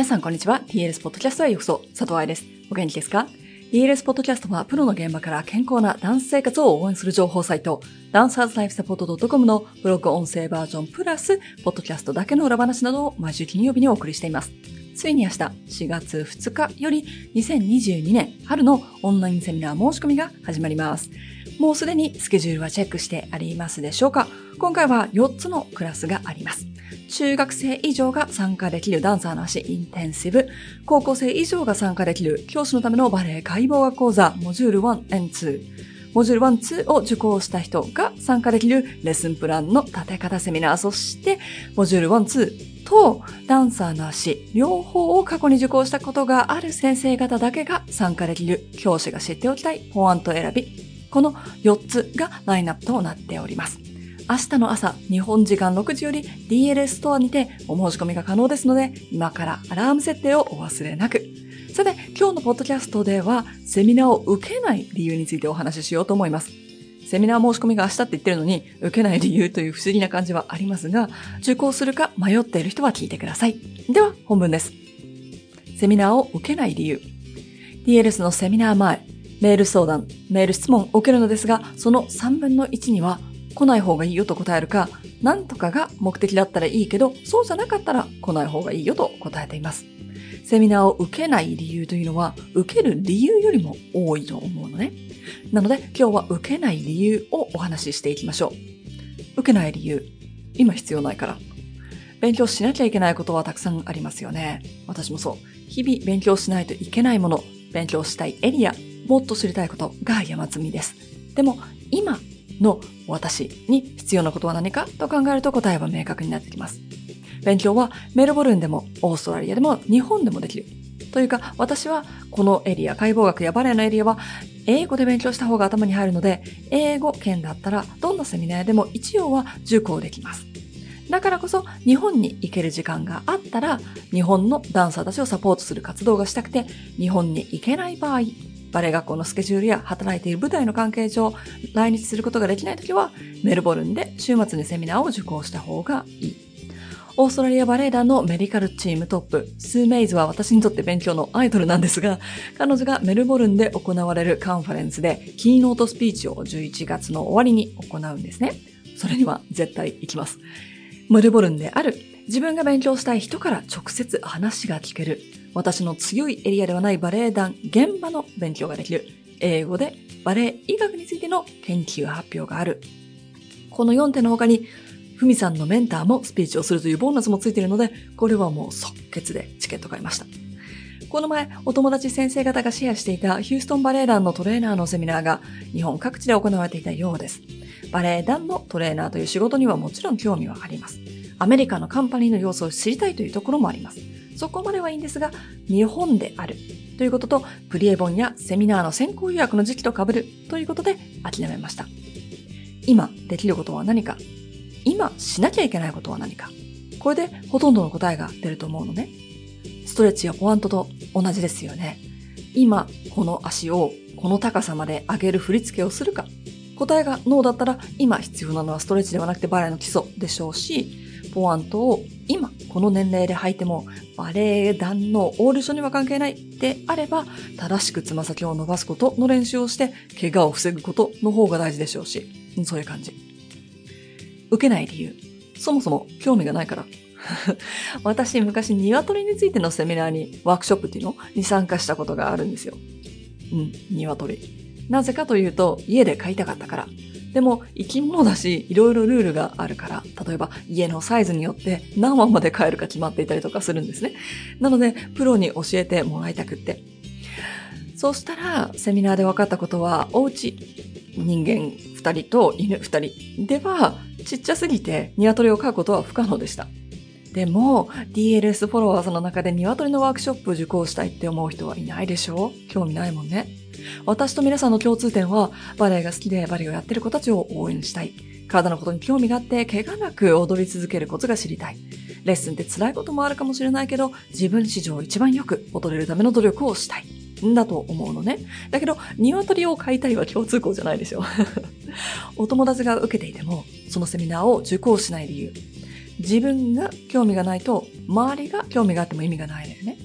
さんこんにちは。DLS ポッドキャストへようこそ。佐藤愛です。お元気ですか？ DLS ポッドキャストはプロの現場から健康なダンス生活を応援する情報サイト、ダンサーズライフサポート .com のブログ音声バージョンプラス、ポッドキャストだけの裏話などを毎週金曜日にお送りしています。ついに明日4月2日より2022年春のオンラインセミナー申し込みが始まります。もうすでにスケジュールはチェックしてありますでしょうか？今回は4つのクラスがあります。中学生以上が参加できるダンサーの足インテンシブ、高校生以上が参加できる教師のためのバレエ解剖学講座モジュール 1&2、モジュール 1、2を受講した人が参加できるレッスンプランの立て方セミナー、そしてモジュール 1、2とダンサーの足両方を過去に受講したことがある先生方だけが参加できる教師が知っておきたいポイント選び、この4つがラインナップとなっております。明日の朝、日本時間6時より DLS ストアにてお申し込みが可能ですので、今からアラーム設定をお忘れなく。さて、今日のポッドキャストでは、セミナーを受けない理由についてお話ししようと思います。セミナー申し込みが明日って言ってるのに、受けない理由という不思議な感じはありますが、受講するか迷っている人は聞いてください。では、本文です。セミナーを受けない理由。DLS のセミナー前、メール相談、メール質問を受けるのですが、その3分の1には、来ない方がいいよと答えるか、なんとかが目的だったらいいけど、そうじゃなかったら来ない方がいいよと答えています。セミナーを受けない理由というのは、受ける理由よりも多いと思うのね。なので、今日は受けない理由をお話ししていきましょう。受けない理由。今必要ないから。勉強しなきゃいけないことはたくさんありますよね。私もそう。日々勉強しないといけないもの、勉強したいエリア、もっと知りたいことが山積みです。でも、今の私に必要なことは何かと考えると答えは明確になってきます。勉強はメルボルンでもオーストラリアでも日本でもできる。というか私はこのエリア、解剖学やバレエのエリアは英語で勉強した方が頭に入るので、英語圏だったらどんなセミナーでも一応は受講できます。だからこそ日本に行ける時間があったら日本のダンサーたちをサポートする活動がしたくて日本に行けない場合、バレエ学校のスケジュールや働いている舞台の関係上、来日することができないときは、メルボルンで週末にセミナーを受講した方がいい。オーストラリアバレエ団のメディカルチームトップ、スー・メイズは私にとって勉強のアイドルなんですが、彼女がメルボルンで行われるカンファレンスで、キーノートスピーチを11月の終わりに行うんですね。それには絶対行きます。メルボルンである自分が勉強したい人から直接話が聞ける。私の強いエリアではないバレエ団現場の勉強ができる。英語でバレエ医学についての研究発表がある。この4点の他に、ふみさんのメンターもスピーチをするというボーナスもついているので、これはもう即決でチケット買いました。この前、お友達先生方がシェアしていたヒューストンバレエ団のトレーナーのセミナーが日本各地で行われていたようです。バレエ団のトレーナーという仕事にはもちろん興味はあります。アメリカのカンパニーの様子を知りたいというところもあります。そこまではいいんですが、日本であるということと、プリエ本やセミナーの先行予約の時期と被るということで諦めました。今できることは何か？今しなきゃいけないことは何か？これでほとんどの答えが出ると思うのね。ストレッチやポワントと同じですよね。今この足をこの高さまで上げる振り付けをするか？答えがノーだったら今必要なのはストレッチではなくてバレエの基礎でしょうし、ポワントを今この年齢で履いてもバレエ団のオーディションには関係ないであれば、正しくつま先を伸ばすことの練習をして怪我を防ぐことの方が大事でしょうし、そういう感じ。受けない理由。そもそも興味がないから。私昔鶏についてのセミナーにワークショップっていうのに参加したことがあるんですよ。鶏。なぜかというと家で飼いたかったから。でも生き物だしいろいろルールがあるから、例えば家のサイズによって何羽まで飼えるか決まっていたりとかするんですね。なのでプロに教えてもらいたくって。そうしたらセミナーで分かったことは、おうち人間2人と犬2人ではちっちゃすぎて鶏を飼うことは不可能でした。でも DLS フォロワーさんの中で鶏のワークショップを受講したいって思う人はいないでしょう？興味ないもんね。私と皆さんの共通点は、バレエが好きでバレエをやってる子たちを応援したい。体のことに興味があって怪我なく踊り続けるコツが知りたい。レッスンって辛いこともあるかもしれないけど、自分史上一番よく踊れるための努力をしたい。んだと思うのね。だけど、鶏を飼いたいは共通項じゃないでしょ。お友達が受けていても、そのセミナーを受講しない理由。自分が興味がないと、周りが興味があっても意味がないのよね。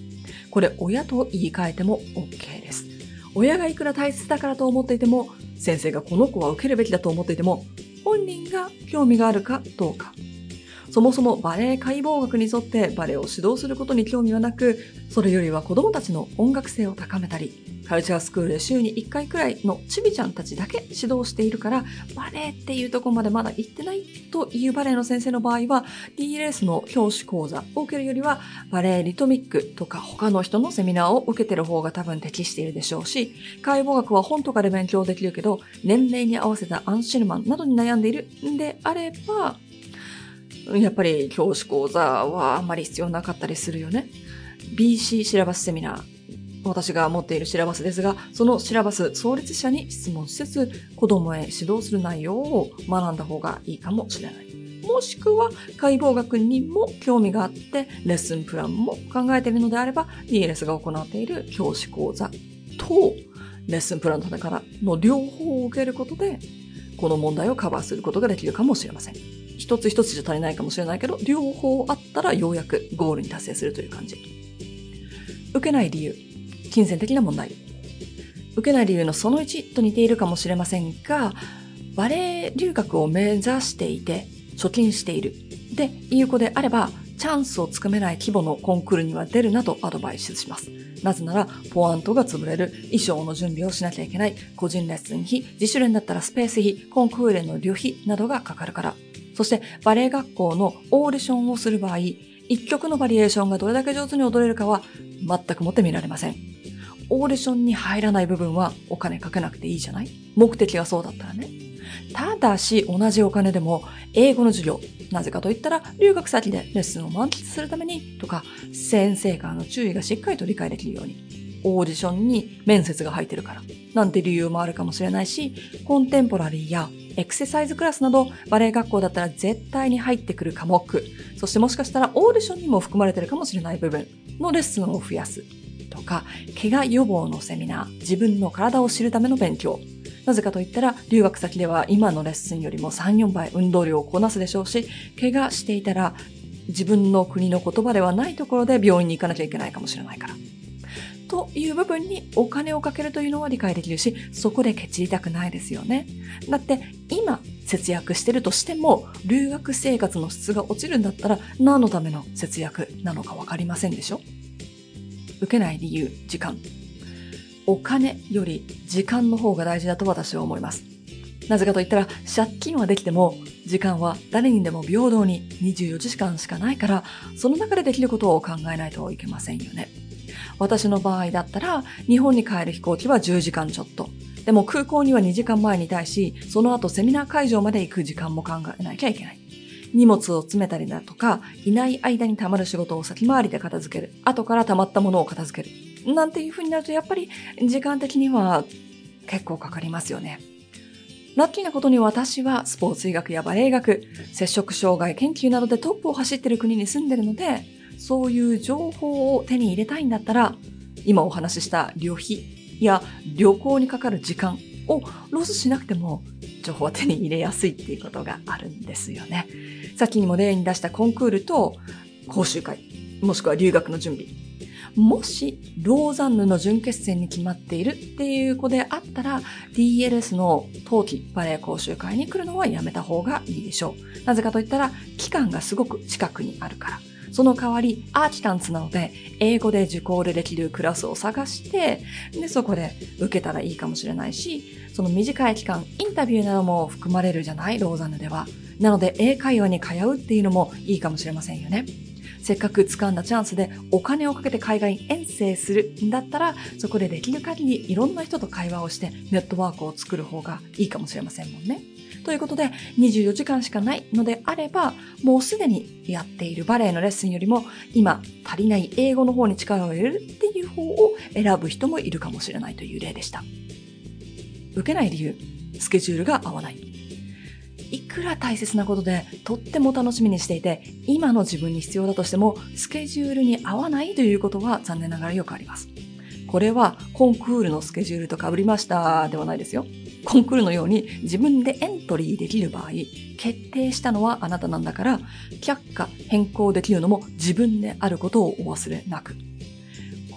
これ親と言い換えても OK です。親がいくら大切だからと思っていても、先生がこの子は受けるべきだと思っていても、本人が興味があるかどうか。そもそもバレエ解剖学に沿ってバレエを指導することに興味はなく、それよりは子供たちの音楽性を高めたり、カルチャースクールで週に1回くらいのチビちゃんたちだけ指導しているから、バレエっていうところまでまだ行ってないというバレエの先生の場合は、DLS の教師講座を受けるよりは、バレエリトミックとか他の人のセミナーを受けてる方が多分適しているでしょうし、解剖学は本とかで勉強できるけど、年齢に合わせたアンシェルマンなどに悩んでいるんであれば、やっぱり教師講座はあんまり必要なかったりするよね。BC シラバスセミナー。私が持っているシラバスですが、そのシラバス創立者に質問しつつ、子供へ指導する内容を学んだ方がいいかもしれない。もしくは解剖学にも興味があって、レッスンプランも考えているのであれば、DLS が行っている教師講座と、レッスンプランの立て方の両方を受けることで、この問題をカバーすることができるかもしれません。一つ一つじゃ足りないかもしれないけど、両方あったらようやくゴールに達成するという感じ。受けない理由、金銭的な問題。受けない理由のその1と似ているかもしれませんが、バレエ留学を目指していて、貯金している。で、いう子であれば、チャンスをつかめない規模のコンクールには出るなとアドバイスします。なぜなら、ポアントが潰れる、衣装の準備をしなきゃいけない、個人レッスン費、自主練だったらスペース費、コンクールへの旅費などがかかるから。そしてバレエ学校のオーディションをする場合、一曲のバリエーションがどれだけ上手に踊れるかは全くもって見られません。オーディションに入らない部分はお金かけなくていいじゃない？目的がそうだったらね。ただし同じお金でも英語の授業、なぜかといったら留学先でレッスンを満喫するためにとか、先生からの注意がしっかりと理解できるように、オーディションに面接が入ってるからなんて理由もあるかもしれないし、コンテンポラリーやエクササイズクラスなどバレエ学校だったら絶対に入ってくる科目、そしてもしかしたらオーディションにも含まれてるかもしれない部分のレッスンを増やすとか、怪我予防のセミナー、自分の体を知るための勉強。なぜかといったら留学先では今のレッスンよりも 3,4 倍運動量をこなすでしょうし、怪我していたら自分の国の言葉ではないところで病院に行かなきゃいけないかもしれないから。という部分にお金をかけるというのは理解できるし、そこでケチりたくないですよね。だって今節約してるとしても、留学生活の質が落ちるんだったら何のための節約なのかわかりませんでしょ。受けない理由、時間。お金より時間の方が大事だと私は思います。なぜかと言ったら、借金はできても時間は誰にでも平等に24時間しかないから、その中でできることを考えないといけませんよね。私の場合だったら、日本に帰る飛行機は10時間ちょっと。でも空港には2時間前に対し、その後セミナー会場まで行く時間も考えなきゃいけない。荷物を詰めたりだとか、いない間に溜まる仕事を先回りで片付ける。後から溜まったものを片付ける。なんていう風になると、やっぱり時間的には結構かかりますよね。ラッキーなことに私はスポーツ医学やバレエ学、摂食障害研究などでトップを走っている国に住んでるので、そういう情報を手に入れたいんだったら、今お話しした旅費や旅行にかかる時間をロスしなくても情報は手に入れやすいっていうことがあるんですよね。さっきにも例に出したコンクールと講習会、もしくは留学の準備。もしローザンヌの準決戦に決まっているっていう子であったら DLS の冬季バレエ講習会に来るのはやめた方がいいでしょう。なぜかといったら期間がすごく近くにあるから。その代わりアーキタンツなので英語で受講できるクラスを探して、でそこで受けたらいいかもしれないし、その短い期間インタビューなども含まれるじゃない、ローザンヌでは。なので英会話に通うっていうのもいいかもしれませんよね。せっかく掴んだチャンスでお金をかけて海外遠征するんだったら、そこでできる限りいろんな人と会話をしてネットワークを作る方がいいかもしれませんもんね。ということで24時間しかないのであれば、もうすでにやっているバレエのレッスンよりも今足りない英語の方に力を入れるっていう方を選ぶ人もいるかもしれないという例でした。受けない理由、スケジュールが合わない。いくら大切なことでとっても楽しみにしていて、今の自分に必要だとしてもスケジュールに合わないということは残念ながらよくあります。これはコンクールのスケジュールと被りましたではないですよ。コンクールのように自分でエントリーできる場合、決定したのはあなたなんだから、却下変更できるのも自分であることをお忘れなく。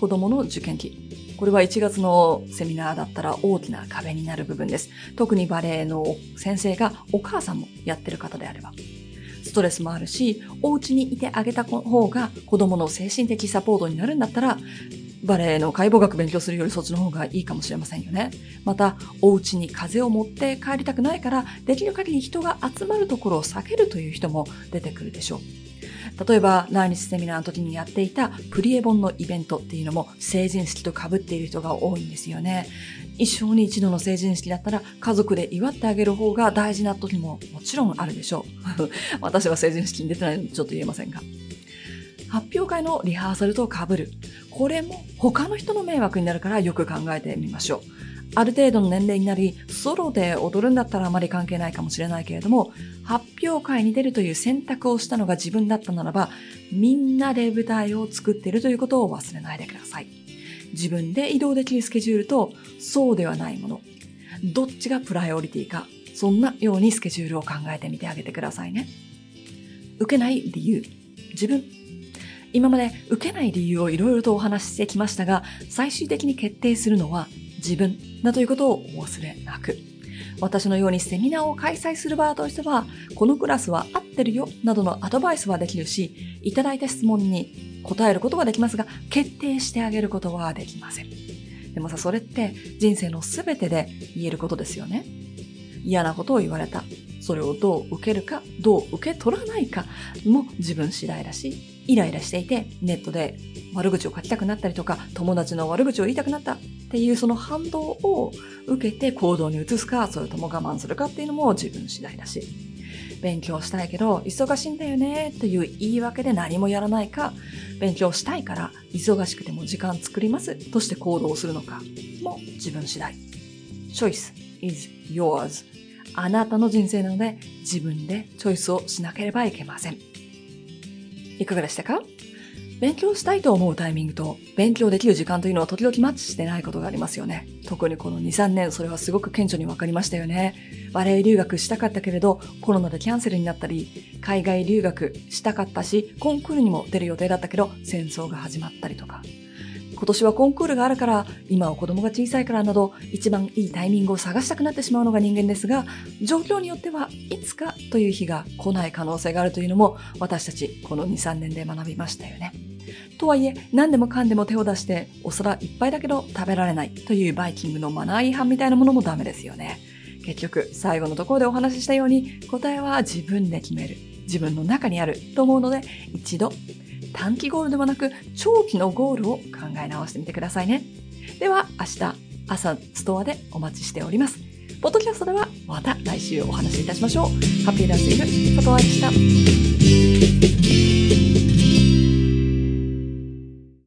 子供の受験期。これは1月のセミナーだったら大きな壁になる部分です。特にバレエの先生がお母さんもやってる方であれば。ストレスもあるし、お家にいてあげた方が子供の精神的サポートになるんだったら、バレエの解剖学勉強するよりそっちの方がいいかもしれませんよね。また、お家に風を持って帰りたくないから、できる限り人が集まるところを避けるという人も出てくるでしょう。例えば、来日セミナーの時にやっていたプリエボンのイベントっていうのも成人式と被っている人が多いんですよね。一生に一度の成人式だったら家族で祝ってあげる方が大事な時ももちろんあるでしょう。私は成人式に出てないのでちょっと言えませんが。発表会のリハーサルと被る。これも他の人の迷惑になるからよく考えてみましょう。ある程度の年齢になり、ソロで踊るんだったらあまり関係ないかもしれないけれども、発表会に出るという選択をしたのが自分だったならば、みんなで舞台を作っているということを忘れないでください。自分で移動できるスケジュールと、そうではないもの。どっちがプライオリティか、そんなようにスケジュールを考えてみてあげてくださいね。受けない理由。自分。今まで受けない理由をいろいろとお話ししてきましたが、最終的に決定するのは自分だということをお忘れなく。私のようにセミナーを開催する場としては、このクラスは合ってるよなどのアドバイスはできるし、いただいた質問に答えることはできますが、決定してあげることはできません。でもさ、それって人生のすべてで言えることですよね。嫌なことを言われた。それをどう受けるか、どう受け取らないかも自分次第だし、イライラしていてネットで悪口を書きたくなったりとか、友達の悪口を言いたくなったっていうその反動を受けて行動に移すか、それとも我慢するかっていうのも自分次第だし、勉強したいけど忙しいんだよねという言い訳で何もやらないか、勉強したいから忙しくても時間作りますとして行動するのかも自分次第。Choice is yours。あなたの人生なので自分でチョイスをしなければいけません。いかがでしたか？勉強したいと思うタイミングと勉強できる時間というのは時々マッチしてないことがありますよね。特にこの 2,3 年それはすごく顕著に分かりましたよね。バレエ留学したかったけれどコロナでキャンセルになったり、海外留学したかったしコンクールにも出る予定だったけど戦争が始まったりとか、今年はコンクールがあるから、今は子供が小さいからなど、一番いいタイミングを探したくなってしまうのが人間ですが、状況によってはいつかという日が来ない可能性があるというのも、私たちこの 2,3 年で学びましたよね。とはいえ、何でもかんでも手を出して、お皿いっぱいだけど食べられないというバイキングのマナー違反みたいなものもダメですよね。結局、最後のところでお話ししたように、答えは自分で決める。自分の中にあると思うので、一度、短期ゴールではなく長期のゴールを考え直してみてくださいね。では明日朝ストアでお待ちしております。ポッドキャストではまた来週お話しいたしましょう。ハッピーダンスイブ佐藤愛でした。